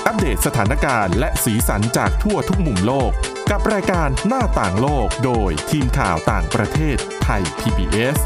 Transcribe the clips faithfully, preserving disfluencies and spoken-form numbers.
อัปเดตสถานการณ์และสีสันจากทั่วทุกมุมโลกกับรายการหน้าต่างโลกโดยทีมข่าวต่างประเทศไทย พี บี เอส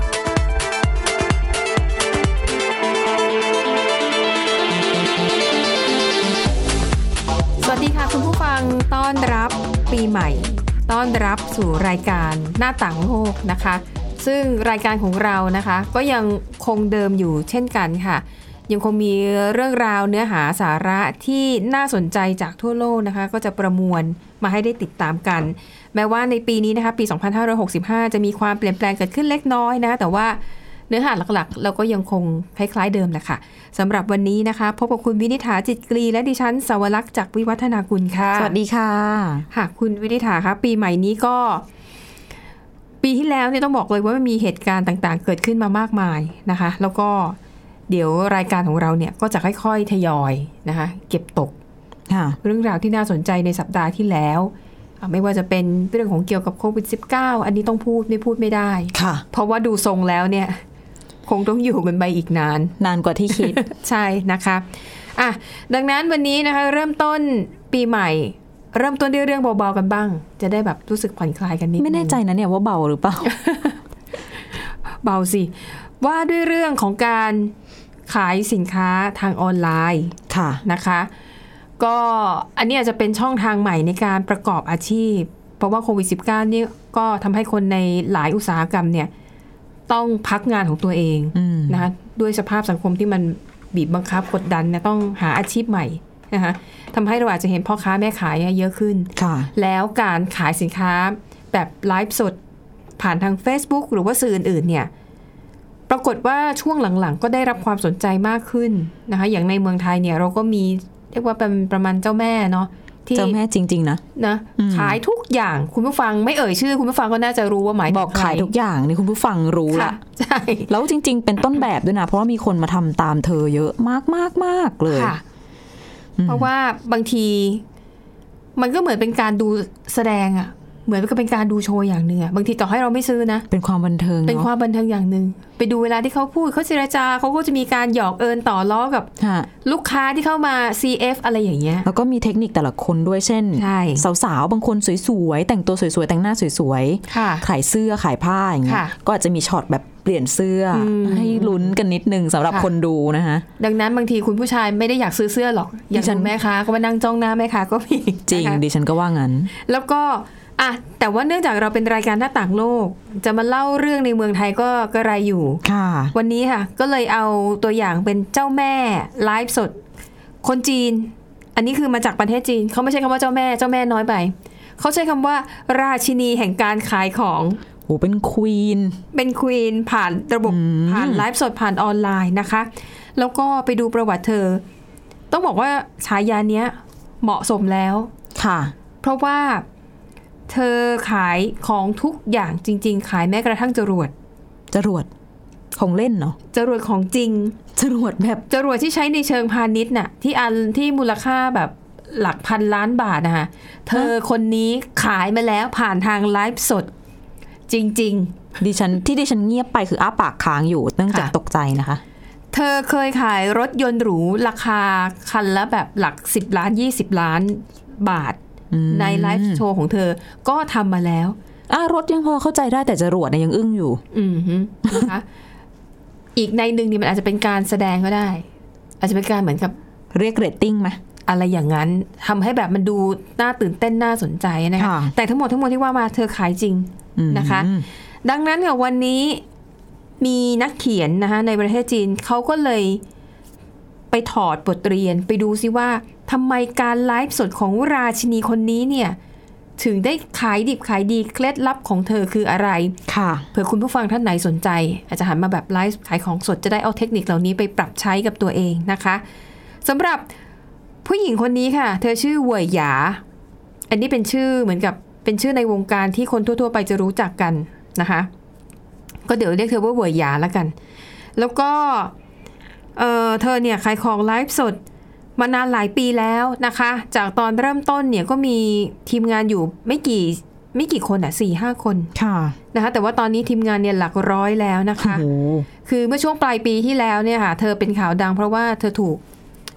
สวัสดีค่ะคุณผู้ฟังต้อนรับปีใหม่ต้อนรับสู่รายการหน้าต่างโลกนะคะซึ่งรายการของเรานะคะก็ยังคงเดิมอยู่เช่นกันค่ะยังคงมีเรื่องราวเนื้อหาสาระที่น่าสนใจจากทั่วโลกนะคะก็จะประมวลมาให้ได้ติดตามกันแม้ว่าในปีนี้นะคะปีสองพันห้าร้อยหกสิบห้าจะมีความเปลี่ยนแปลงเกิดขึ้นเล็กน้อยนะแต่ว่าเนื้อหาหลักๆเราก็ยังคงคล้ายๆเดิมแหละค่ะสำหรับวันนี้นะคะพบกับคุณวินิษฐาจิตกรีและดิฉันสวรักษ์จากวิวัฒนากุลค่ะสวัสดีค่ะค่ะคุณวินิษฐาคะปีใหม่นี้ก็ปีที่แล้วเนี่ยต้องบอกเลยว่ามันมีเหตุการณ์ต่างๆเกิดขึ้นมามากมายนะคะแล้วก็เดี๋ยวรายการของเราเนี่ยก็จะค่อยๆทยอยนะคะเก็บตกเรื่องราวที่น่าสนใจในสัปดาห์ที่แล้วไม่ว่าจะเป็นเรื่องของเกี่ยวกับโควิด สิบเก้า อันนี้ต้องพูดไม่พูดไม่ได้เพราะว่าดูทรงแล้วเนี่ยคงต้องอยู่กันไปอีกนานนานกว่าที่คิดใช่นะคะอ่ะดังนั้นวันนี้นะคะเริ่มต้นปีใหม่เริ่มต้นด้วยเรื่องเบาๆกันบ้างจะได้แบบรู้สึกผ่อนคลายกันนิดนึงไม่แน่ใจนะเนี่ยว่าเบาหรือเปล่าเบาสิว่าด้วยเรื่องของการขายสินค้าทางออนไลน์ค่ะนะคะก็อันนี้อาจจะเป็นช่องทางใหม่ในการประกอบอาชีพเพราะว่าโควิด สิบเก้า นี่ก็ทำให้คนในหลายอุตสาหกรรมเนี่ยต้องพักงานของตัวเองนะคะด้วยสภาพสังคมที่มันบีบบังคับกดดันเนี่ยต้องหาอาชีพใหม่นะคะทำให้เราอาจจะเห็นพ่อค้าแม่ขายเยอะขึ้นแล้วการขายสินค้าแบบไลฟ์สดผ่านทาง Facebook หรือว่าสื่ออื่นๆเนี่ยปรากฏว่าช่วงหลังๆก็ได้รับความสนใจมากขึ้นนะคะอย่างในเมืองไทยเนี่ยเราก็มีเรียกว่าเป็นประมาณเจ้าแม่เนาะเจ้าแม่จริงๆนะนะขายทุกอย่างคุณผู้ฟังไม่เอ่ยชื่อคุณผู้ฟังก็น่าจะรู้ว่าหมายถึงบอกขายทุกอย่างนี่คุณผู้ฟังรู้ละใช่แล้วจริงๆเป็นต้นแบบด้วยนะเพราะว่ามีคนมาทำตามเธอเยอะมากๆๆเลยเพราะว่าบางทีมันก็เหมือนเป็นการดูแสดงอะเหมือนก็เป็นการดูโชว์อย่างหนึ่งอะบางทีต่อให้เราไม่ซื้อนะเป็นความบันเทิงเป็นความบันเทิงอย่างหนึ่งไปดูเวลาที่เขาพูดเขาเจรจาเขาก็จะมีการหยอกเอิญต่อล้อกับลูกค้าที่เข้ามา ซี เอฟ อะไรอย่างเงี้ยแล้วก็มีเทคนิคแต่ละคนด้วยเช่นสาวๆบางคนสวยๆแต่งตัวสวยๆแต่งหน้าสวยๆขายเสื้อขายผ้าอย่างเงี้ยก็อาจจะมีช็อตแบบเปลี่ยนเสื้อให้ลุ้นกันนิดนึงสำหรับคนดูนะคะดังนั้นบางทีคุณผู้ชายไม่ได้อยากซื้อเสื้อหรอกอยากดูแม่ค้าก็มานั่งจ้องหน้าแม่ค้าก็มีจริงดิฉันก็ว่างั้นแล้วก็อ่ะแต่ว่าเนื่องจากเราเป็นรายการหน้าต่างโลกจะมาเล่าเรื่องในเมืองไทยก็กระไรอยู่ค่ะวันนี้ค่ะก็เลยเอาตัวอย่างเป็นเจ้าแม่ไลฟ์สดคนจีนอันนี้คือมาจากประเทศจีนเขาไม่ใช่คำว่าเจ้าแม่เจ้าแม่น้อยไปเขาใช้คำว่าราชินีแห่งการขายของโอ้เป็นควีนเป็นควีนผ่านระบบผ่านไลฟ์สดผ่านออนไลน์นะคะแล้วก็ไปดูประวัติเธอต้องบอกว่าฉายาเนี้ยเหมาะสมแล้วค่ะเพราะว่าเธอขายของทุกอย่างจริงๆขายแม้กระทั่งจรวดจรวดของเล่นเนาะจรวดของจริงจรวดแบบจรวดที่ใช้ในเชิงพาณิชย์น่ะที่อันที่มูลค่าแบบหลักพันล้านบาทนะคะเธอคนนี้ขายมาแล้วผ่านทางไลฟ์สดจริงๆดิฉันที่ดิฉันเงียบไปคืออ้าปากค้างอยู่เนื่องจากตกใจนะคะเธอเคยขายรถยนต์หรูราคาคันละแบบหลักสิบล้านยี่สิบล้านบาทในไลฟ์โชว์ของเธอก็ทำมาแล้วอ่ารถยังพอเข้าใจได้แต่จรวดเนี่ยยังอึ้งอยู่อือฮึนะคะอีกในหนึ่งนี่มันอาจจะเป็นการแสดงก็ได้อาจจะเป็นการเหมือนกับเรียกเรตติ้งไหมอะไรอย่างนั้นทำให้แบบมันดูน่าตื่นเต้นน่าสนใจนะคะแต่ทั้งหมดทั้งมวลที่ว่ามาเธอขายจริงนะคะดังนั้นค่ะวันนี้มีนักเขียนนะคะในประเทศจีนเขาก็เลยไปถอดบทเรียนไปดูซิว่าทำไมการไลฟ์สดของราชินีคนนี้เนี่ยถึงได้ขายดิบขายดีเคล็ดลับของเธอคืออะไรค่ะเผื่อคุณผู้ฟังท่านไหนสนใจอาจจะหันมาแบบไลฟ์ขายของสดจะได้เอาเทคนิคเหล่านี้ไปปรับใช้กับตัวเองนะคะสำหรับผู้หญิงคนนี้ค่ะเธอชื่อเหวยหยาอันนี้เป็นชื่อเหมือนกับเป็นชื่อในวงการที่คนทั่วๆไปจะรู้จักกันนะคะก็เดี๋ยวเรียกเธอว่าเหวยหยาแล้วกันแล้วก็เออเธอเนี่ยขายของไลฟ์สดมานานหลายปีแล้วนะคะจากตอนเริ่มต้นเนี่ยก็มีทีมงานอยู่ไม่กี่ไม่กี่คนอ่ะ สี่ห้า คนค่ะนะคะแต่ว่าตอนนี้ทีมงานเนี่ยหลักร้อยแล้วนะคะคือเมื่อช่วงปลายปีที่แล้วเนี่ยค่ะเธอเป็นข่าวดังเพราะว่าเธอถูก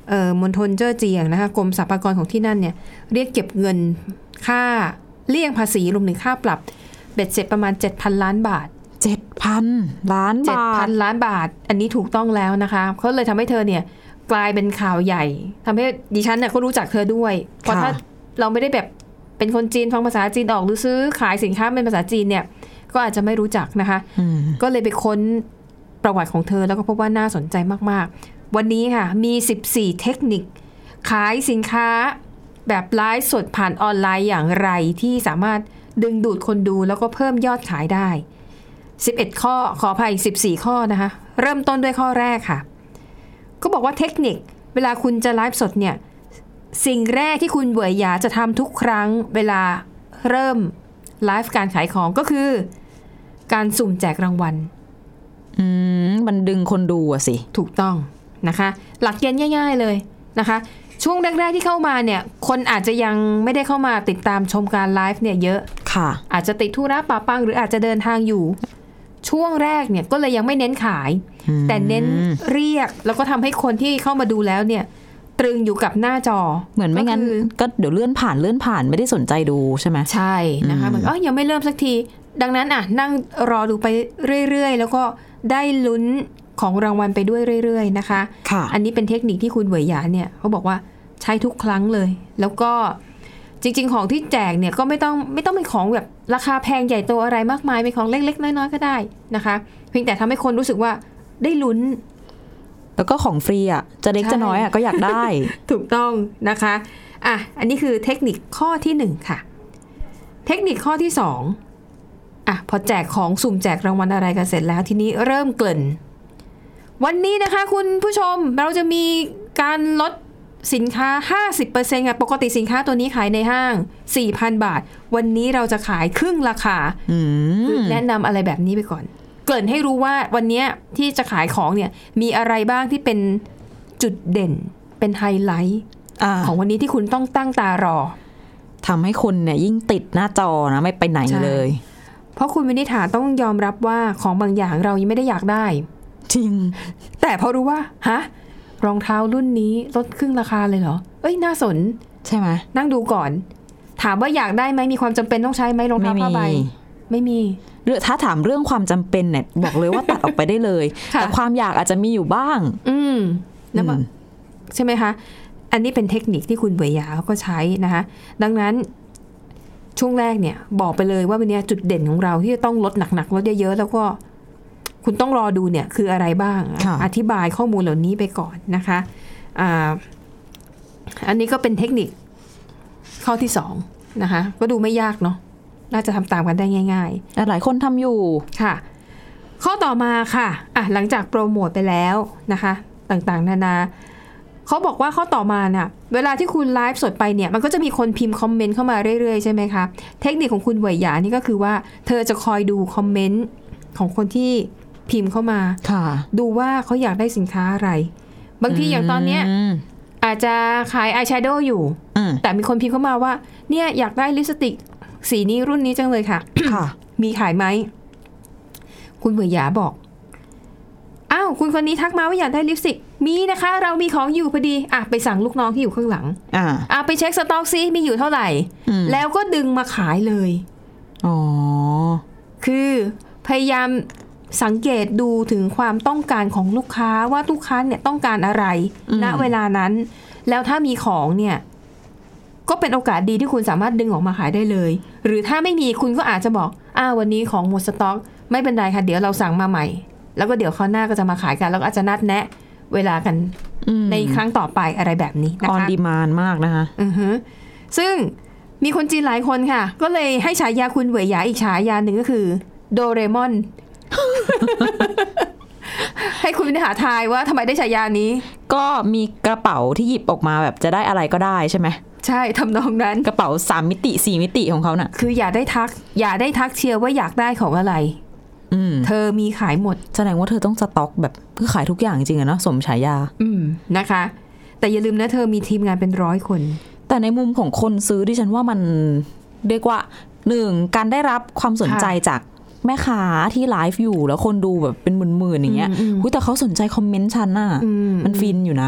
เอ่อมณฑลเจ้อเจียงนะคะกรมสรรพากรของที่นั่นเนี่ยเรียกเก็บเงินค่าเลี่ยงภาษีรวมถึงค่าปรับเบ็ดเสร็จประมาณ เจ็ดพัน ล้านบาทเจ็ดพัน ล้านบาทเจ็ดพัน ล้านบาทอันนี้ถูกต้องแล้วนะคะเขาเลยทำให้เธอเนี่ยกลายเป็นข่าวใหญ่ทำให้ดิฉันเนี่ยก็รู้จักเธอด้วยเพราะถ้าเราไม่ได้แบบเป็นคนจีนฟังภาษาจีนออกหรือซื้อขายสินค้าเป็นภาษาจีนเนี่ยก็อาจจะไม่รู้จักนะคะก็เลยไปค้นประวัติของเธอแล้วก็พบว่าน่าสนใจมากๆวันนี้ค่ะมีสิบสี่เทคนิคขายสินค้าแบบไลฟ์สดผ่านออนไลน์อย่างไรที่สามารถดึงดูดคนดูแล้วก็เพิ่มยอดขายได้สิบเอ็ดข้อขออภัยสิบสี่ข้อนะคะเริ่มต้นด้วยข้อแรกค่ะก็บอกว่าเทคนิคเวลาคุณจะไลฟ์สดเนี่ยสิ่งแรกที่คุณเบื่อหยาจะทำทุกครั้งเวลาเริ่มไลฟ์การขายของก็คือการสุ่มแจกรางวัลอืมมันดึงคนดูอะสิถูกต้องนะคะหลักเกณฑ์ง่ายๆเลยนะคะช่วงแรกๆที่เข้ามาเนี่ยคนอาจจะยังไม่ได้เข้ามาติดตามชมการไลฟ์เนี่ยเยอะค่ะอาจจะติดธุระปะปังหรืออาจจะเดินทางอยู่ช่วงแรกเนี่ยก็เลยยังไม่เน้นขายแต่เน้นเรียกแล้วก็ทำให้คนที่เข้ามาดูแล้วเนี่ยตรึงอยู่กับหน้าจอเหมือนไม่งั้นก็เดี๋ยวเลื่อนผ่านเลื่อนผ่านไม่ได้สนใจดูใช่ไหมใช่นะคะเหมือนอ๋อยังไม่เริ่มสักทีดังนั้นอ่ะนั่งรอดูไปเรื่อยๆแล้วก็ได้ลุ้นของรางวัลไปด้วยเรื่อยๆนะคะอันนี้เป็นเทคนิคที่คุณเหวยหยาเนี่ยเขาบอกว่าใช้ทุกครั้งเลยแล้วก็จริงๆของที่แจกเนี่ยก็ไม่ต้องไม่ต้องเป็นของแบบราคาแพงใหญ่โตอะไรมากมายเป็นของเล็กๆน้อยๆก็ได้นะคะเพียงแต่ทำให้คนรู้สึกว่าได้ลุ้นแล้วก็ของฟรีอ่ะจะเล็กจะน้อยอ่ะก็อยากได้ถูกต้องนะคะอ่ะอันนี้คือเทคนิคข้อที่หนึ่งค่ะเทคนิคข้อที่สองอ่ะพอแจกของสุ่มแจกรางวัลอะไรกันเสร็จแล้วทีนี้เริ่มเกริ่นวันนี้นะคะคุณผู้ชมเราจะมีการลดสินค้า ห้าสิบเปอร์เซ็นต์ ค่ะปกติสินค้าตัวนี้ขายในห้าง สี่พัน บาทวันนี้เราจะขายครึ่งราคาแนะนำอะไรแบบนี้ไปก่อนเกริ่นให้รู้ว่าวันนี้ที่จะขายของเนี่ยมีอะไรบ้างที่เป็นจุดเด่นเป็นไฮไลท์ของวันนี้ที่คุณต้องตั้งตารอทำให้คนเนี่ยยิ่งติดหน้าจอนะไม่ไปไหนเลยเพราะคุณวินิษฐาต้องยอมรับว่าของบางอย่างเรายังไม่ได้อยากได้จริงแต่พอรู้ว่าฮะรองเท้ารุ่นนี้ลดครึ่งราคาเลยเหรอเอ้ยน่าสนใช่ไหมนั่งดูก่อนถามว่าอยากได้ไหมมีความจำเป็นต้องใช้ไหมรองเท้าผ้าใบไม่มีหรือถ้าถามเรื่องความจำเป็นเนี่ยบอกเลยว่าตัดออกไปได้เลยแต่ความอยากอาจจะมีอยู่บ้างอืมแล้วใช่ไหมคะอันนี้เป็นเทคนิคที่คุณเบียร์เขาก็ใช้นะคะดังนั้นช่วงแรกเนี่ยบอกไปเลยว่าวันนี้จุดเด่นของเราที่จะต้องลดหนักๆลดเยอะๆแล้วก็คุณต้องรอดูเนี่ยคืออะไรบ้างอธิบายข้อมูลเหล่านี้ไปก่อนนะคะอ่าอันนี้ก็เป็นเทคนิคข้อที่สองนะคะก็ดูไม่ยากเนาะน่าจะทำตามกันได้ง่ายๆหลายคนทำอยู่ค่ะข้อต่อมาค่ะอ่ะหลังจากโปรโมทไปแล้วนะคะต่างๆนานาเขาบอกว่าข้อต่อมาเนี่ยเวลาที่คุณไลฟ์สดไปเนี่ยมันก็จะมีคนพิมพ์คอมเมนต์เข้ามาเรื่อยๆใช่ไหมคะเทคนิคของคุณเหวยหยานี่ก็คือว่าเธอจะคอยดูคอมเมนต์ของคนที่พิมพ์เข้ามาดูว่าเขาอยากได้สินค้าอะไรบางทีอย่างตอนเนี้ยอาจจะขายอายแชโดว์อยู่แต่มีคนพิมพ์เข้ามาว่าเนี่ยอยากได้ลิปสติกสีนี้รุ่นนี้จังเลยค่ะ มีขายไหมคุณเหวยหยาบอกอ้าวคุณคนนี้ทักมาว่าอยากได้ลิปสติกมีนะคะเรามีของอยู่พอดีอ่ะไปสั่งลูกน้องที่อยู่ข้างหลังอ่าอ่ะไปเช็คสต็อกซิมีอยู่เท่าไหร่แล้วก็ดึงมาขายเลยอ๋อคือพยายามสังเกตดูถึงความต้องการของลูกค้าว่าลูกค้าเนี่ยต้องการอะไรณเวลานั้นแล้วถ้ามีของเนี่ยก็เป็นโอกาสดีที่คุณสามารถดึงออกมาขายได้เลยหรือถ้าไม่มีคุณก็อาจจะบอกอ้าววันนี้ของหมดสต็อกไม่เป็นไรค่ะเดี๋ยวเราสั่งมาใหม่แล้วก็เดี๋ยวคราวหน้าก็จะมาขายกันแล้วก็อาจจะนัดแนะเวลากันในครั้งต่อไปอะไรแบบนี้นะคะ on demand มากนะคะอือฮึซึ่งมีคนจีนหลายคนค่ะก็เลยให้ฉายาคุณเหวยหยาอีกฉายาหนึ่งก็คือโดเรมอน ให้คุณหาทายว่าทำไมได้ฉายานี้ก็มีกระเป๋าที่หยิบออกมาแบบจะได้อะไรก็ได้ใช่ไหมใช่ทำนองนั้นกระเป๋าสามมิติสี่มิติของเขาน่ะคืออย่าได้ทักอย่าได้ทักเชียร์ว่าอยากได้ของอะไรเธอมีขายหมดแสดงว่าเธอต้องสต็อกแบบเพื่อขายทุกอย่างจริงๆอะเนาะสมฉายาอืมนะคะแต่อย่าลืมนะเธอมีทีมงานเป็นร้อยคนแต่ในมุมของคนซื้อดิฉันว่ามันเรียกว่าหนึ่งการได้รับความสนใจจากแม่ค้าที่ไลฟ์อยู่แล้วคนดูแบบเป็นหมื่นๆอย่างเงี้ยแต่เขาสนใจคอมเมนต์ฉันน่ะมันฟินอยู่นะ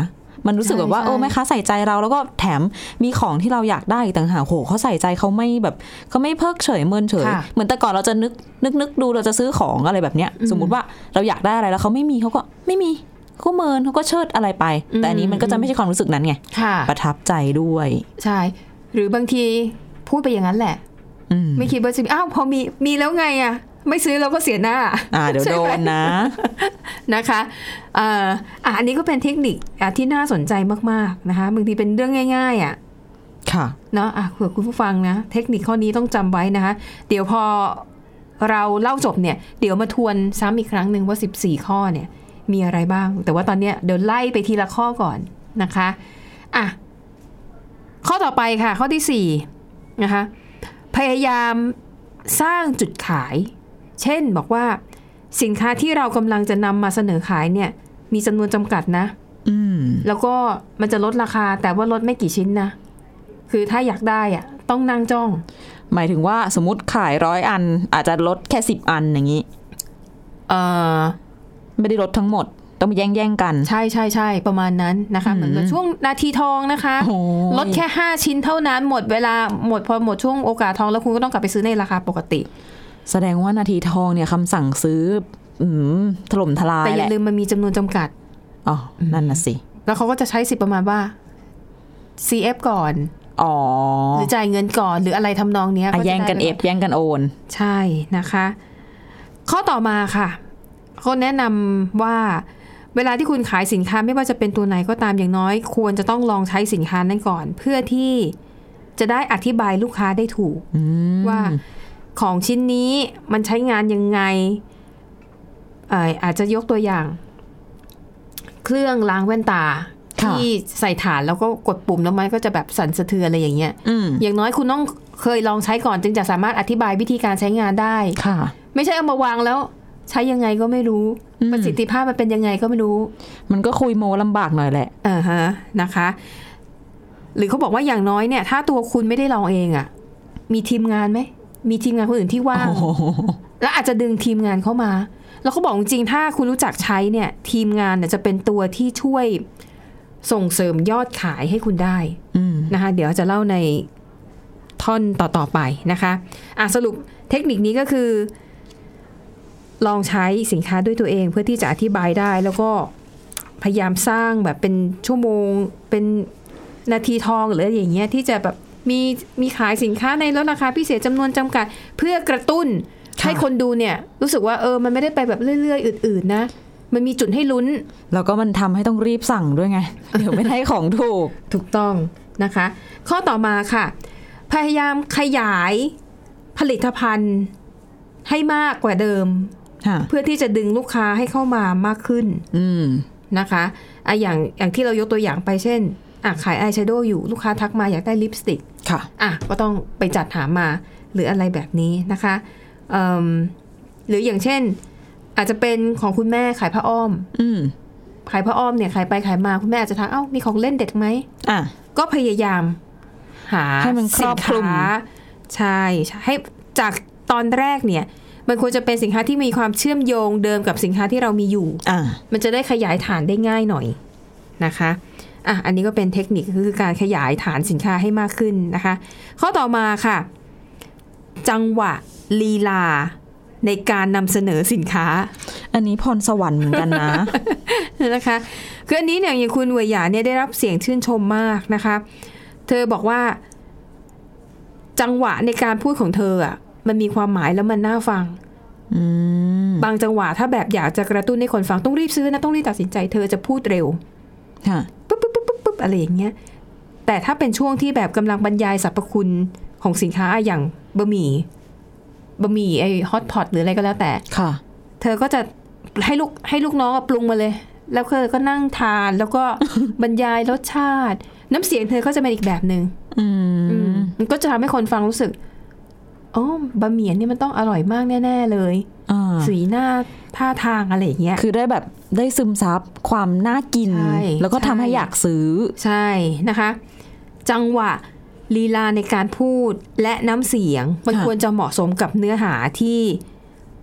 มันรู้สึกแบบว่าเออแม่ค้าใส่ใจเราแล้วก็แถมมีของที่เราอยากได้ต่างหากโหเขาใส่ใจเขาไม่แบบเขาไม่เพิกเฉยเมินเฉยเหมือนแต่ก่อนเราจะนึกนึกนึกดูเราจะซื้อของอะไรแบบเนี้ยสมมุติว่าเราอยากได้อะไรแล้วเขาไม่มีเขาก็ไม่มีเขาเมินเขาก็เชิดอะไรไปแต่อันนี้มันก็จะไม่ใช่ความรู้สึกนั้นไงประทับใจด้วยใช่หรือบางทีพูดไปอย่างนั้นแหละไม่คิดว่าจะอ้าวพอมีมีแล้วไงอ่ะไม่ซื้อเราก็เสียหน้าอ่าเดี๋ยวโดนนะนะคะอ่าอันนี้ก็เป็นเทคนิคที่น่าสนใจมากๆนะคะบางทีเป็นเรื่องง่ายๆอ่ะค่ะเนาะอ่ะเผื่อคุณผู้ฟังนะเทคนิคข้อนี้ต้องจำไว้นะคะเดี๋ยวพอเราเล่าจบเนี่ยเดี๋ยวมาทวนซ้ำอีกครั้งหนึ่งว่าสิบสี่ข้อเนี่ยมีอะไรบ้างแต่ว่าตอนนี้เดี๋ยวไล่ไปทีละข้อก่อนนะคะอ่ะข้อต่อไปค่ะข้อที่สี่นะคะพยายามสร้างจุดขายเช่นบอกว่าสินค้าที่เรากำลังจะนำมาเสนอขายเนี่ยมีจำนวนจำกัดนะอืมแล้วก็มันจะลดราคาแต่ว่าลดไม่กี่ชิ้นนะคือถ้าอยากได้อ่ะต้องนั่งจ้องหมายถึงว่าสมมติขายร้อยอันอาจจะลดแค่สิบอันอย่างนี้เออไม่ได้ลดทั้งหมดต้องแย่งแย่งกันใช่ใช่ใช่ประมาณนั้นนะคะเหมือนช่วงนาทีทองนะคะลดแค่ห้าชิ้นเท่านั้นหมดเวลาหมดพอหมดช่วงโอกาสทองแล้วคุณก็ต้องกลับไปซื้อในราคาปกติแสดงว่านาทีทองเนี่ยคำสั่งซื้อถล่มทลายแต่อย่าลืมมันมีจำนวนจำกัดอ๋อนั่นน่ะสิแล้วเขาก็จะใช้สิทธิ์ประมาณว่า ซี เอฟ ก่อนอ๋อหรือจ่ายเงินก่อนหรืออะไรทำนองเนี้ยก็แย่งกันเอฟแย่งกันโอนใช่นะคะข้อต่อมาค่ะเขาแนะนำว่าเวลาที่คุณขายสินค้าไม่ว่าจะเป็นตัวไหนก็ตามอย่างน้อยควรจะต้องลองใช้สินค้านั้นก่อนเพื่อที่จะได้อธิบายลูกค้าได้ถูกว่าของชิ้นนี้มันใช้งานยังไง เอ่อ อาจจะยกตัวอย่างเครื่องล้างแว่นตาที่ใส่ฐานแล้วก็กดปุ่มแล้วมันก็จะแบบสั่นสะเทือนอะไรอย่างเงี้ย อย่างน้อยคุณต้องเคยลองใช้ก่อนจึงจะสามารถอธิบายวิธีการใช้งานได้ไม่ใช่เอามาวางแล้วใช้ยังไงก็ไม่รู้ประสิทธิภาพมันเป็นยังไงก็ไม่รู้มันก็คุยโมลำบากหน่อยแหละอ่าฮะนะคะหรือเขาบอกว่าอย่างน้อยเนี่ยถ้าตัวคุณไม่ได้ลองเองอ่ะมีทีมงานไหมมีทีมงานคนอื่นที่ว่างแล้วอาจจะดึงทีมงานเข้ามาแล้วเขาบอกจริงๆถ้าคุณรู้จักใช้เนี่ยทีมงานเนี่ยจะเป็นตัวที่ช่วยส่งเสริมยอดขายให้คุณได้นะคะเดี๋ยวจะเล่าในท่อนต่อๆไปนะคะอ่ะสรุปเทคนิคนี้ก็คือลองใช้สินค้าด้วยตัวเองเพื่อที่จะอธิบายได้แล้วก็พยายามสร้างแบบเป็นชั่วโมงเป็นนาทีทองหรืออะไรอย่างเงี้ยที่จะแบบมีมีขายสินค้าในลดราคาพิเศษจำนวนจำกัดเพื่อกระตุ้นให้คนดูเนี่ยรู้สึกว่าเออมันไม่ได้ไปแบบเรื่อยๆอื่นๆนะมันมีจุดให้ลุ้นแล้วก็มันทำให้ต้องรีบสั่งด้วยไง เดี๋ยวไม่ได้ของถูกถูกต้องนะคะข้อต่อมาค่ะพยายามขยายผลิตภัณฑ์ให้มากกว่าเดิมเพื่อที่จะดึงลูกค้าให้เข้ามามากขึ้นนะคะอ่ะอย่างอย่างที่เรายกตัวอย่างไปเช่นอ่ะขายอายแชโดว์อยู่ลูกค้าทักมาอยากได้ลิปสติกค่ะอ่ะก็ต้องไปจัดหามาหรืออะไรแบบนี้นะคะหรืออย่างเช่นอาจจะเป็นของคุณแม่ขายผ้าอ้อมขายผ้าอ้อมเนี่ยขายไปขายมาคุณแม่อาจจะถามเอ้ามีของเล่นเด็กไหมอ่ะก็พยายามหาให้มันครอบคลุมใช่ให้จากตอนแรกเนี่ยมันควรจะเป็นสินค้าที่มีความเชื่อมโยงเดิมกับสินค้าที่เรามีอยู่อ่ะมันจะได้ขยายฐานได้ง่ายหน่อยนะคะอ่ะอันนี้ก็เป็นเทคนิคคือการขยายฐานสินค้าให้มากขึ้นนะคะข้อต่อมาค่ะจังหวะลีลาในการนำเสนอสินค้าอันนี้พรสวรรค์เหมือนกันนะนะคะคืออันนี้เนี่ยอย่างคุณเวยหยาเนี่ยได้รับเสียงชื่นชมมากนะคะเธอบอกว่าจังหวะในการพูดของเธออ่ะมันมีความหมายแล้วมันน่าฟังบางจังหวะถ้าแบบอยากจะกระตุ้นให้คนฟังต้องรีบซื้อนะต้องรีบตัดสินใจเธอจะพูดเร็วปุ๊บปุ๊บปุ๊บปุ๊บปุ๊บอะไรอย่างเงี้ยแต่ถ้าเป็นช่วงที่แบบกำลังบรรยายสรรพคุณของสินค้าอย่างบะหมี่บะหมี่ไอ้ฮอตพอตหรืออะไรก็แล้วแต่ค่ะเธอก็จะให้ลูกให้ลูกน้องปรุงมาเลยแล้วเธอก็นั่งทานแล้วก็บรรยายรสชาติน้ำเสียงเธอก็จะเป็นอีกแบบนึงมันก็จะทำให้คนฟังรู้สึกอ๋อบะหมี่นี่มันต้องอร่อยมากแน่ๆเลยสีหน้าท่าทางอะไรอย่างเงี้ยคือได้แบบได้ซึมซับความน่ากินแล้วก็ทำให้อยากซื้อใช่นะคะจังหวะลีลาในการพูดและน้ำเสียงมันควรจะเหมาะสมกับเนื้อหาที่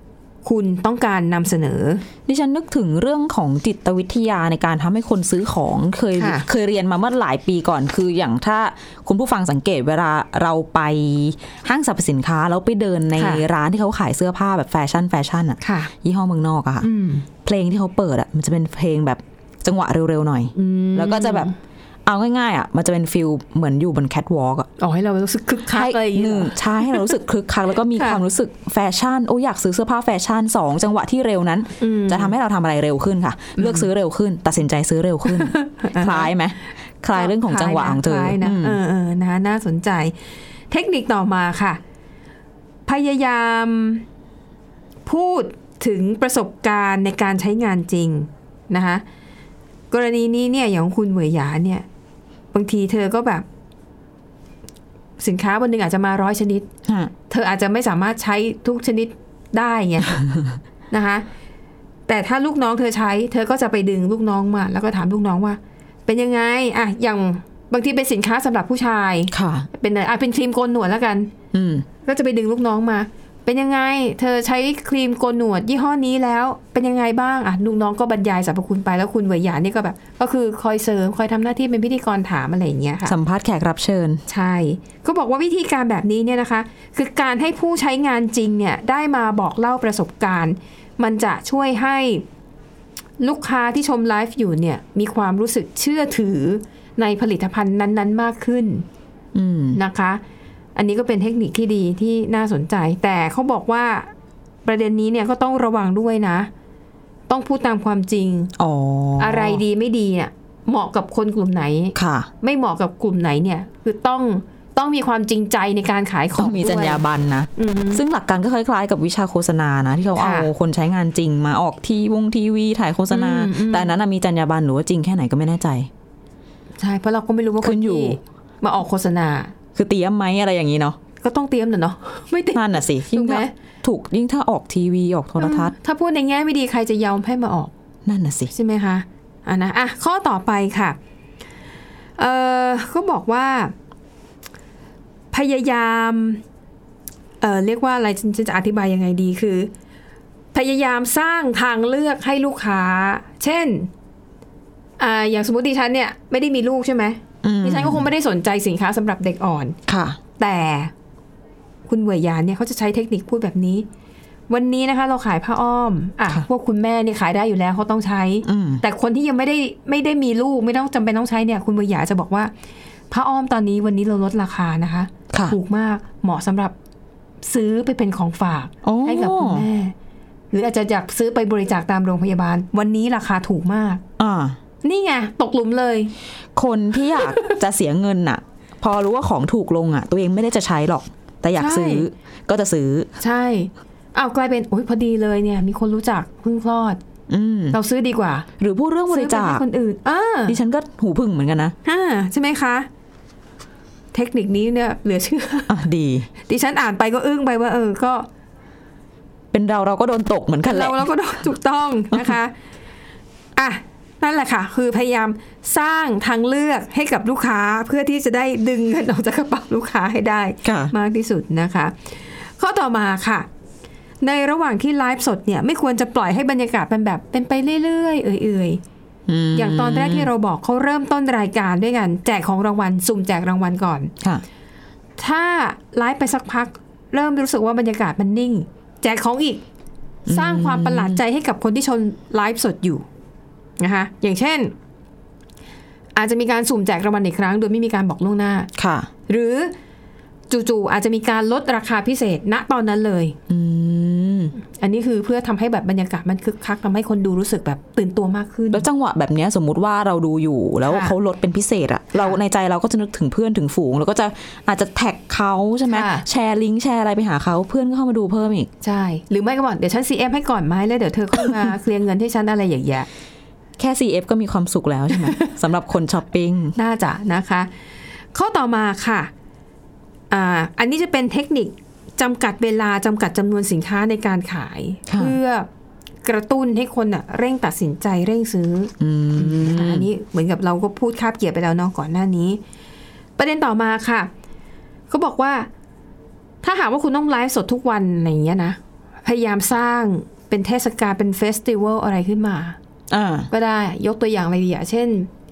คุณต้องการนำเสนอดิฉันนึกถึงเรื่องของจิตวิทยาในการทำให้คนซื้อของเคยเคยเรียนมาเมื่อหลายปีก่อนคืออย่างถ้าคุณผู้ฟังสังเกตเวลาเราไปห้างสรรพสินค้าแล้วไปเดินในร้านที่เขาขายเสื้อผ้าแบบแฟชั่นแฟชั่นอ่ะยี่ห้อเมืองนอกอะค่ะเพลงที่เขาเปิดอ่ะมันจะเป็นเพลงแบบจังหวะเร็วๆหน่อยแล้วก็จะแบบเอาง่ายๆอ่ะมันจะเป็นฟิลเหมือนอยู่บนแคทวอล์กอ่ะอ๋อให้เรารู้สึกคึกคักอะไรหนึ่งใช่ให้เรารู้สึกคึกคักแล้วก็มีความรู้สึกแฟชั่นโอ้อยากซื้อเสื้อผ้าแฟชั่นสองจังหวะที่เร็วนั้นจะทำให้เราทำอะไรเร็วขึ้นค่ะเลือกซื้อเร็วขึ้นตัดสินใจซื้อเร็วขึ้นคล้ายไหมคล้ายเรื่องของจังหวะของเธอนะเออเออนะน่าสนใจเทคนิคต่อมาค่ะพยายามพูดถึงประสบการณ์ในการใช้งานจริงนะคะกรณีนี้เนี่ยอย่างคุณเหวยหยาเนี่ยบางทีเธอก็แบบสินค้าวันหนึ่งอาจจะมาร้อยชนิดเธออาจจะไม่สามารถใช้ทุกชนิดได้ไง นะคะแต่ถ้าลูกน้องเธอใช้เธอก็จะไปดึงลูกน้องมาแล้วก็ถามลูกน้องว่าเป็นยังไงอะอย่างบางทีเป็นสินค้าสำหรับผู้ชายเป็นอะไรอ่ะเป็นครีมโกนหนวดแล้วกันก็จะไปดึงลูกน้องมาเป็นยังไงเธอใช้ครีมโกนหนวดยี่ห้อนี้แล้วเป็นยังไงบ้างอ่ะลูกน้องก็บรรยายสรรพคุณไปแล้วคุณเหวยหยานี่ก็แบบก็คือคอยเสริมคอยทำหน้าที่เป็นพิธีกรถามอะไรอย่างเงี้ยค่ะสัมภาษณ์แขกรับเชิญใช่ก็บอกว่าวิธีการแบบนี้เนี่ยนะคะคือการให้ผู้ใช้งานจริงเนี่ยได้มาบอกเล่าประสบการณ์มันจะช่วยให้ลูกค้าที่ชมไลฟ์อยู่เนี่ยมีความรู้สึกเชื่อถือในผลิตภัณฑ์นั้นๆมากขึ้นนะคะอันนี้ก็เป็นเทคนิคที่ดีที่น่าสนใจแต่เขาบอกว่าประเด็นนี้เนี่ยก็ต้องระวังด้วยนะต้องพูดตามความจริงอ, อะไรดีไม่ดีเนี่ยเหมาะกับคนกลุ่มไหนไม่เหมาะกับกลุ่มไหนเนี่ยคือต้องต้องมีความจริงใจในการขายของต้องมีจรรยาบรรณนะซึ่งหลักการก็คล้ายๆกับวิชาโฆษณานะที่เขาเอาคนใช้งานจริงมาออกทีวงทีวีถ่ายโฆษณาแต่อันนั้นมีจรรยาบรรณหรือว่าจริงแค่ไหนก็ไม่แน่ใจใช่เพราะเราก็ไม่รู้ว่าคนที่มาออกโฆษณาคือเตรียมไหมอะไรอย่างนี้เนาะก็ต้องเตรียมเนาะไม่เตรียมนั่นน่ะสิยิ่งถ้าถูกยิ่งถ้าออกทีวีออกโทรทัศน์ถ้าพูดในแง่ไม่ดีใครจะยอมให้มาออกนั่นน่ะสิใช่ไหมคะอ่ะนะอ่ะข้อต่อไปค่ะเออก็บอกว่าพยายามเออเรียกว่าอะไรฉันจะอธิบายยังไงดีคือพยายามสร้างทางเลือกให้ลูกค้าเช่นอ่าอย่างสมมติดิฉันเนี่ยไม่ได้มีลูกใช่ไหมดิฉันก็คงไม่ได้สนใจสินค้าสำหรับเด็กอ่อนค่ะแต่คุณเหวยหยาเนี่ยเขาจะใช้เทคนิคพูดแบบนี้วันนี้นะคะเราขายผ้าอ้อมอ่ะพวกคุณแม่นี่ขายได้อยู่แล้วเขาต้องใช้แต่คนที่ยังไม่ได้ไม่ได้มีลูกไม่ต้องจำเป็นต้องใช้เนี่ยคุณเหวยหยาจะบอกว่าผ้าอ้อมตอนนี้วันนี้เราลดราคานะคะถูกมากเหมาะสำหรับซื้อไปเป็นของฝากให้กับคุณแม่หรืออาจจะอยากซื้อไปบริจาคตามโรงพยาบาลวันนี้ราคาถูกมากอ่านี่ไงตกหลุมเลยคนที่อยากจะเสียเงินน่ะพอรู้ว่าของถูกลงอ่ะตัวเองไม่ได้จะใช้หรอกแต่อยากซื้อก็จะซื้อใช่อ้าวกลายเป็นโอ๊ยพอดีเลยเนี่ยมีคนรู้จักเพิ่งคลอดเราซื้อดีกว่าหรือพูดเรื่องบริจาคคนอื่นอ่าดิฉันก็หูพึ่งเหมือนกันนะอ่าใช่ไหมคะเทคนิคนี้เนี่ยเหลือเชื่ออ่ะดีดิฉันอ่านไปก็อึ้งไปว่าเออก็เป็นเราเราก็โดนตกเหมือนกันแหละเราเราก็โดนถูกต้องนะคะอ่ะนั่นแหละค่ะคือพยายามสร้างทางเลือกให้กับลูกค้าเพื่อที่จะได้ดึงเงินออกจากกระเป๋าลูกค้าให้ได้มากที่สุดนะคะข้อต่อมาค่ะในระหว่างที่ไลฟ์สดเนี่ยไม่ควรจะปล่อยให้บรรยากาศเป็นแบบเป็นไปเรื่อยๆเอื่อยๆอย่างตอนแรกที่เราบอกเขาเริ่มต้นรายการด้วยกันแจกของรางวัลสุ่มแจกรางวัลก่อนถ้าไลฟ์ไปสักพักเริ่มรู้สึกว่าบรรยากาศมันนิ่งแจกของอีกสร้างความประหลาดใจให้กับคนที่ชมไลฟ์สดอยู่นะคะอย่างเช่นอาจจะมีการสุ่มแจกรางวัลอีกครั้งโดยไม่มีการบอกล่วงหน้าค่ะหรือจู่ๆอาจจะมีการลดราคาพิเศษณตอนนั้นเลยอืมอันนี้คือเพื่อทำให้แบบบรรยากาศมันคึกคักทำให้คนดูรู้สึกแบบตื่นตัวมากขึ้นแล้วจังหวะแบบนี้สมมุติว่าเราดูอยู่แล้วเขาลดเป็นพิเศษอะเราในใจเราก็จะนึกถึงเพื่อนถึงฝูงแล้วก็จะอาจจะแท็กเขาใช่ไหมแชร์ลิงก์แชร์อะไรไปหาเขาเพื่อนก็เข้ามาดูเพิ่มอีกใช่หรือไม่ก็บอกเดี๋ยวฉัน ซี เอฟ ให้ก่อนไหมแล้วเดี๋ยวเธอเข้ามาเคลียร์เงินให้ฉันอะไรอย่างเงี้ยแค่ ซี เอฟ ก็มีความสุขแล้วใช่ไหม สำหรับคนช้อปปิ้งน่าจะนะคะข้อต่อมาค่ะอ่าอันนี้จะเป็นเทคนิคจำกัดเวลาจำกัดจำนวนสินค้าในการขายเพื่อกระตุ้นให้คนอ่ะเร่งตัดสินใจเร่งซื้ออันนี้เหมือนกับเราก็พูดคาบเกี่ยวไปแล้วเนาะก่อนหน้านี้ประเด็นต่อมาค่ะเขาบอกว่าถ้าหากว่าคุณต้องไลฟ์สดทุกวันอะไรอย่างเงี้ยนะพยายามสร้างเป็นเทศกาลเป็นเฟสติวัลอะไรขึ้นมาก็ได้ยกตัวอย่างอะไรดีอ่ะเช่น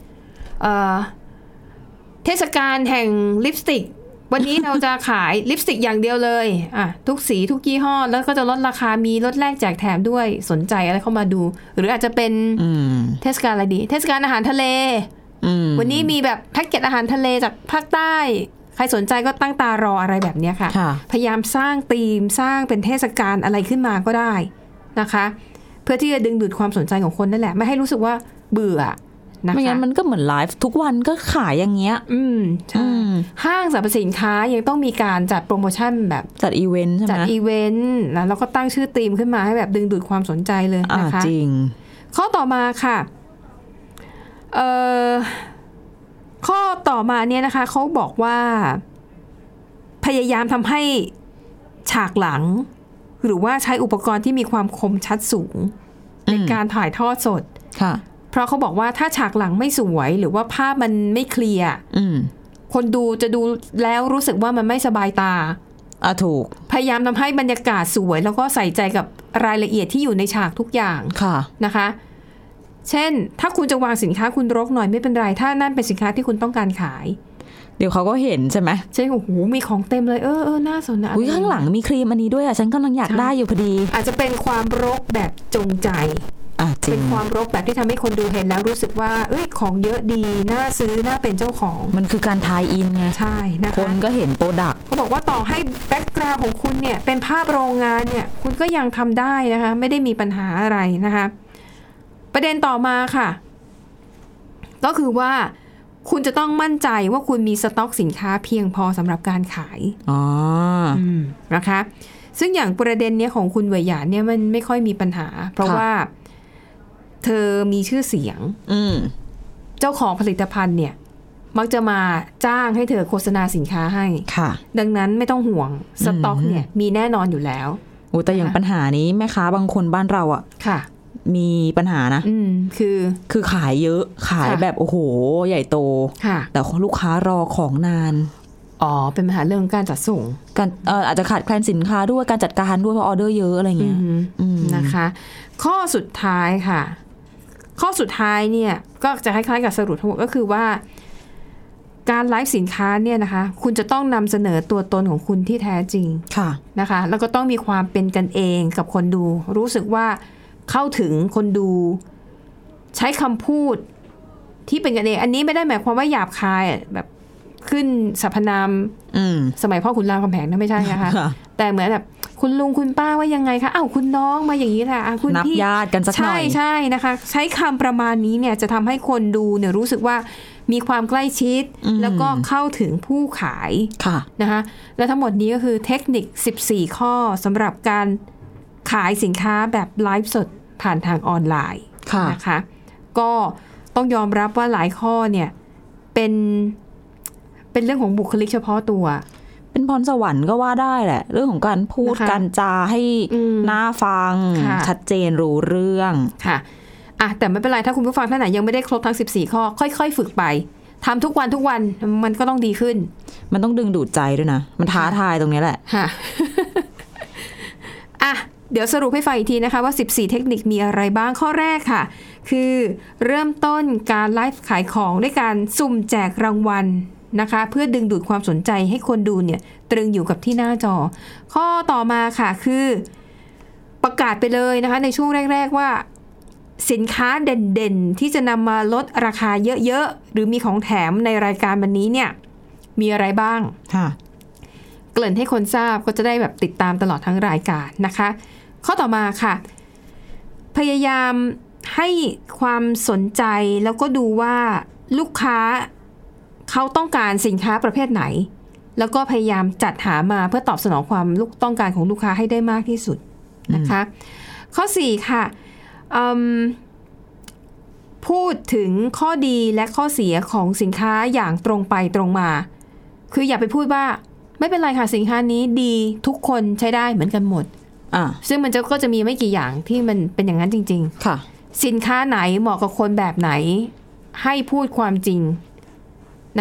เทศกาลแห่งลิปสติกวันนี้เราจะขายลิปสติกอย่างเดียวเลยอ่ะทุกสีทุกยี่ห้อแล้วก็จะลดราคามีลดแลกแจกแถมด้วยสนใจอะไรเข้ามาดูหรืออาจจะเป็นเทศกาลอะไรดีเทศกาลอาหารทะเลวันนี้มีแบบแพ็กเกจอาหารทะเลจากภาคใต้ใครสนใจก็ตั้งตารออะไรแบบนี้ค่ะพยายามสร้างธีมสร้างเป็นเทศกาลอะไรขึ้นมาก็ได้นะคะเพื่อที่จะดึงดูดความสนใจของคนนั่นแหละไม่ให้รู้สึกว่าเบื่อนะคะไม่งั้นมันก็เหมือนไลฟ์ทุกวันก็ขายอย่างเงี้ยอืมใช่ห้างสรรพสินค้ายังต้องมีการจัดโปรโมชั่นแบบจัดอีเวนต์ใช่ไหมจัดอีเวนต์นะแล้วก็ตั้งชื่อธีมขึ้นมาให้แบบดึงดูดความสนใจเลยนะคะจริงข้อต่อมาค่ะเอ่อข้อต่อมาเนี่ยนะคะเขาบอกว่าพยายามทำให้ฉากหลังหรือว่าใช้อุปกรณ์ที่มีความคมชัดสูงในการถ่ายทอดสดค่ะเพราะเขาบอกว่าถ้าฉากหลังไม่สวยหรือว่าภาพมันไม่เคลียร์คนดูจะดูแล้วรู้สึกว่ามันไม่สบายตาอ่ะถูกพยายามทำให้บรรยากาศสวยแล้วก็ใส่ใจกับรายละเอียดที่อยู่ในฉากทุกอย่างค่ะนะคะเช่นถ้าคุณจะวางสินค้าคุณรกหน่อยไม่เป็นไรถ้านั่นเป็นสินค้าที่คุณต้องการขายเดี๋ยวเขาก็เห็นใช่ไหมใช่โอ้โหมีของเต็มเลยเออเออน่าสนใจอุ้ยข้างหลังมีครีมอันนี้ด้วยอ่ะฉันกำลังอยากได้อยู่พอดีอาจจะเป็นความรกแบบจงใจเป็นความรกแบบที่ทำให้คนดูเห็นแล้วรู้สึกว่าเอ้ยของเยอะดีน่าซื้อน่าเป็นเจ้าของมันคือการทายอินไงใช่นะคะคนก็เห็นโปรดักต์เขาบอกว่าต่อให้แบ็คกราวด์ของคุณเนี่ยเป็นภาพโรงงานเนี่ยคุณก็ยังทำได้นะคะไม่ได้มีปัญหาอะไรนะคะประเด็นต่อมาค่ะก็คือว่าคุณจะต้องมั่นใจว่าคุณมีสต็อกสินค้าเพียงพอสำหรับการขายอ๋อนะคะซึ่งอย่างประเด็นเนี้ยของคุณเวยหยานเนี่ยมันไม่ค่อยมีปัญหาเพราะว่าเธอมีชื่อเสียงเจ้าของผลิตภัณฑ์เนี่ยมักจะมาจ้างให้เธอโฆษณาสินค้าให้ดังนั้นไม่ต้องห่วงสต็อกเนี่ยมีแน่นอนอยู่แล้วโอ้แต่อย่างปัญหานี้แม่ค้าบางคนบ้านเราอ่ะค่ะมีปัญหานะคือคือขายเยอะขายแบบโอ้โหใหญ่โตแต่ลูกค้ารอของนานอ๋อเป็นปัญหาเรื่องการจัดส่งการเอ่ออาจจะขาดแคลนสินค้าด้วยการจัดการด้วยเพราะออเดอร์เยอะอะไรเงี้ยนะคะข้อสุดท้ายค่ะข้อสุดท้ายเนี่ยก็จะคล้ายๆกับสรุปทั้งหมดก็คือว่าการไลฟ์สินค้าเนี่ยนะคะคุณจะต้องนำเสนอตัวตนของคุณที่แท้จริงค่ะนะคะแล้วก็ต้องมีความเป็นกันเองกับคนดูรู้สึกว่าเข้าถึงคนดูใช้คำพูดที่เป็นกันเองอันนี้ไม่ได้หมายความว่าหยาบคายแบบขึ้นสรรพนามสมัยพ่อขุนรามคำแหงนะไม่ใช่นะคะแต่เหมือนแบบคุณลุงคุณป้าว่ายังไงคะอ้าวคุณน้องมาอย่างนี้ค่ะคุณพี่นับญาติกันสักหน่อยใช่ใช่นะคะใช้คำประมาณนี้เนี่ยจะทำให้คนดูเนี่ยรู้สึกว่ามีความใกล้ชิดแล้วก็เข้าถึงผู้ขายนะคะและทั้งหมดนี้ก็คือเทคนิคสิบสี่ข้อสำหรับการขายสินค้าแบบไลฟ์สดผ่านทางออนไลน์นะคะก็ต้องยอมรับว่าหลายข้อเนี่ยเป็นเป็นเรื่องของบุคลิกเฉพาะตัวเป็นพรสวรรค์ก็ว่าได้แหละเรื่องของการพูดการจาให้น่าฟังชัดเจนรู้เรื่องค่ะอ่ะแต่ไม่เป็นไรถ้าคุณผู้ฟังท่านไหนยังไม่ได้ครบทั้งสิบสี่ข้อค่อยๆฝึกไปทำทุกวันทุกวันมันก็ต้องดีขึ้นมันต้องดึงดูดใจด้วยนะมันท้าทายตรงนี้แหละค่ะอ่ะเดี๋ยวสรุปให้ฟังอีกทีนะคะว่าสิบสี่เทคนิคมีอะไรบ้างข้อแรกค่ะคือเริ่มต้นการไลฟ์ขายของด้วยการสุ่มแจกรางวัลนะคะเพื่อดึงดูดความสนใจให้คนดูเนี่ยตรึงอยู่กับที่หน้าจอข้อต่อมาค่ะคือประกาศไปเลยนะคะในช่วงแรกๆว่าสินค้าเด่นๆที่จะนำมาลดราคาเยอะๆหรือมีของแถมในรายการวันนี้เนี่ยมีอะไรบ้างเกริ่นให้คนทราบก็จะได้แบบติดตามตลอดทั้งรายการนะคะข้อต่อมาค่ะพยายามให้ความสนใจแล้วก็ดูว่าลูกค้าเขาต้องการสินค้าประเภทไหนแล้วก็พยายามจัดหามาเพื่อตอบสนองความต้องการของลูกค้าให้ได้มากที่สุดนะคะข้อสี่ค่ะพูดถึงข้อดีและข้อเสียของสินค้าอย่างตรงไปตรงมาคืออย่าไปพูดว่าไม่เป็นไรค่ะสินค้านี้ดีทุกคนใช้ได้เหมือนกันหมดซึ่งมันจะก็จะมีไม่กี่อย่างที่มันเป็นอย่างนั้นจริงๆค่ะสินค้าไหนเหมาะกับคนแบบไหนให้พูดความจริงนะคะ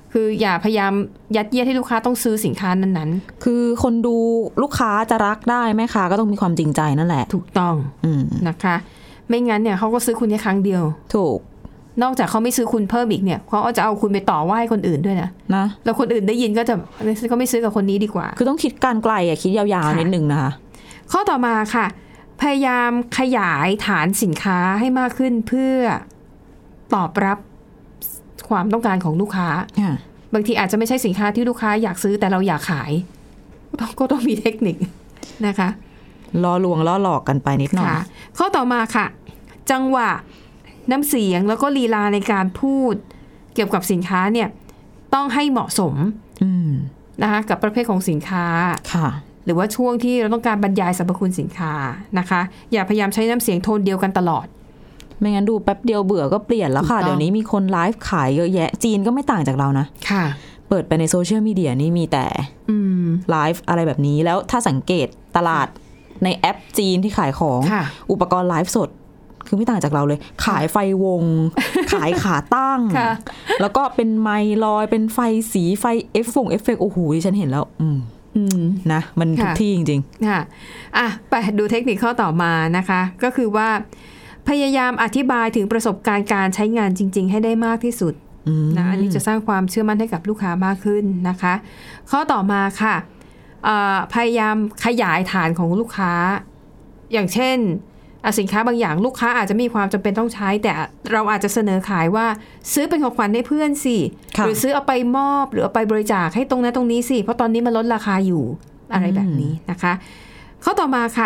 คืออย่าพยายามยัดเยียดให้ลูกค้าต้องซื้อสินค้านั้นๆคือคนดูลูกค้าจะรักได้แม่ค้าก็ต้องมีความจริงใจนั่นแหละถูกต้องนะคะไม่งั้นเนี่ยเขาก็ซื้อคุณแค่ครั้งเดียวถูกนอกจากเขาไม่ซื้อคุณเพิ่มอีกเนี่ยเขาจะเอาคุณไปต่อว่าให้คนอื่นด้วยนะนะแล้วคนอื่นได้ยินก็จะก็ไม่ซื้อกับคนนี้ดีกว่าคือต้องคิดการไกลอ่ะคิดยาวๆนิดนึงนะคะข้อต่อมาค่ะพยายามขยายฐานสินค้าให้มากขึ้นเพื่อตอบรับความต้องการของลูกค้าบางทีอาจจะไม่ใช่สินค้าที่ลูกค้าอยากซื้อแต่เราอยากขายก็ต้องมีเทคนิคนะคะล่อลวงล่อหลอกกันไปนิดหน่อยข้อต่อมาค่ะจังหวะน้ำเสียงแล้วก็ลีลาในการพูดเกี่ยวกับสินค้าเนี่ยต้องให้เหมาะสมนะคะกับประเภทของสินค้าค่ะหรือว่าช่วงที่เราต้องการบรรยายสรรพคุณสินค้านะคะอย่าพยายามใช้น้ำเสียงโทนเดียวกันตลอดไม่งั้นดูแป๊บเดียวเบื่อก็เปลี่ยนแล้วค่ะเดี๋ยวนี้มีคนไลฟ์ขายเยอะแยะจีนก็ไม่ต่างจากเรานะค่ะเปิดไปในโซเชียลมีเดียนี่มีแต่ไลฟ์อะไรแบบนี้แล้วถ้าสังเกตตลาดในแอปจีนที่ขายของอุปกรณ์ไลฟ์สดคือไม่ต่างจากเราเลยขายไฟวงขายขาตั้งแล้วก็เป็นไมค์ลอยเป็นไฟสีไฟเอฟฟงเอฟเฟกต์โอ้โหดิฉันเห็นแล้วอืมนะมันทุกที่จริงๆค่ะอ่ะไปดูเทคนิคข้อต่อมานะคะก็คือว่าพยายามอธิบายถึงประสบการณ์การใช้งานจริงๆให้ได้มากที่สุดนะอันนี้จะสร้างความเชื่อมั่นให้กับลูกค้ามากขึ้นนะคะข้อต่อมาค่ะพยายามขยายฐานของลูกค้าอย่างเช่นสินค้าบางอย่างลูกค้าอาจจะมีความจำเป็นต้องใช้แต่เราอาจจะเสนอขายว่าซื้อเป็นของขวัญให้เพื่อนสิหรือซื้อเอาไปมอบหรือเอาไปบริจาคให้ตรงนั้นตรงนี้สิเพราะตอนนี้มันลดราคาอยู่อะไรแบบนี้นะคะข้อต่อมาค่ะ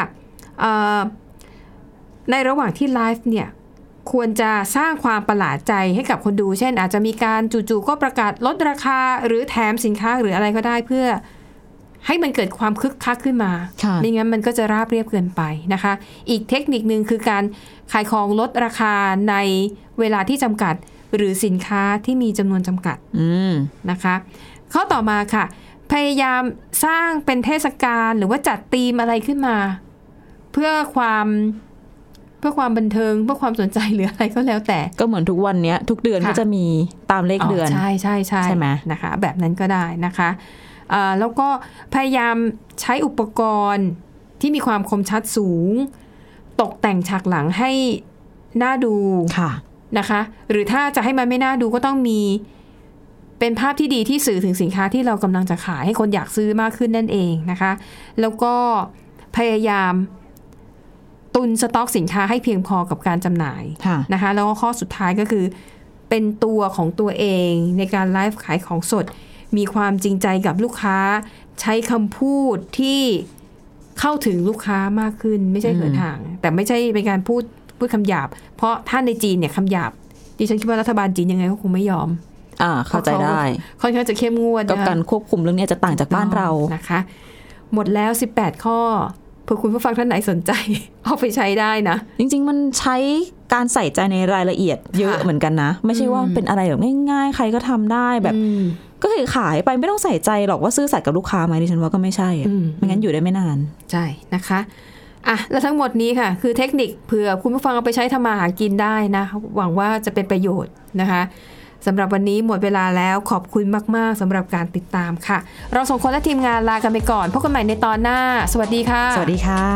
ในระหว่างที่ไลฟ์เนี่ยควรจะสร้างความประหลาดใจให้กับคนดูเช่นอาจจะมีการจู่ๆก็ประกาศลดราคาหรือแถมสินค้าหรืออะไรก็ได้เพื่อให้มันเกิดความคึกคักขึ้นมาไม่งั้นมันก็จะราบเรียบเกินไปนะคะอีกเทคนิคนึงคือการขายของลดราคาในเวลาที่จำกัดหรือสินค้าที่มีจำนวนจำกัดนะคะข้อต่อมาค่ะพยายามสร้างเป็นเทศกาลหรือว่าจัดธีมอะไรขึ้นมาเพื่อความเพื่อความบันเทิงเพื่อความสนใจหรืออะไรก็แล้วแต่ก็เหมือนทุกวันนี้ทุกเดือนก็จะมีตามเลขเดือนใช่ใช่ใช่ใช่ไหมนะคะแบบนั้นก็ได้นะคะแล้วก็พยายามใช้อุปกรณ์ที่มีความคมชัดสูงตกแต่งฉากหลังให้น่าดูนะคะหรือถ้าจะให้มันไม่น่าดูก็ต้องมีเป็นภาพที่ดีที่สื่อถึงสินค้าที่เรากำลังจะขายให้คนอยากซื้อมากขึ้นนั่นเองนะคะแล้วก็พยายามตุนสต็อกสินค้าให้เพียงพอกับการจำหน่ายนะคะแล้วก็ข้อสุดท้ายก็คือเป็นตัวของตัวเองในการไลฟ์ขายของสดมีความจริงใจกับลูกค้าใช้คำพูดที่เข้าถึงลูกค้ามากขึ้นไม่ใช่เหินห่างแต่ไม่ใช่เป็นการพูดพูดคำหยาบเพราะถ้าในจีนเนี่ยคำหยาบดิฉันคิดว่ารัฐบาลจีนยังไงก็คงไม่ยอมอ่าเข้าใจได้ค่อนข้างจะเข้มงวดกับการควบคุมเรื่องนี้จะต่างจากบ้านเรานะคะหมดแล้วสิบแปดข้อเผื่อคุณผู้ฟังท่านไหนสนใจเอาไปใช้ได้นะจริงๆมันใช้การใส่ใจในรายละเอียดเยอะเหมือนกันนะไม่ใช่ว่าเป็นอะไรแบบง่ายๆใครก็ทำได้แบบก็คือขายไปไม่ต้องใส่ใจหรอกว่าซื่อสัตย์กับลูกค้าไหมดิฉันว่าก็ไม่ใช่ไม่งั้นอยู่ได้ไม่นานใช่นะคะอ่ะแล้วทั้งหมดนี้ค่ะคือเทคนิคเผื่อคุณผู้ฟังเอาไปใช้ทำมาหากินได้นะหวังว่าจะเป็นประโยชน์นะคะสำหรับวันนี้หมดเวลาแล้วขอบคุณมากๆสำหรับการติดตามค่ะเราส่งคนและทีมงานลากันไปก่อนพบกันใหม่ในตอนหน้าสวัสดีค่ะสวัสดีค่ะ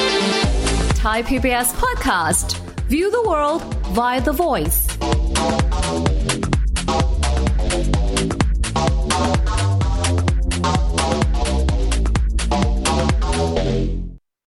Thai พี บี เอส Podcast View the world via the voice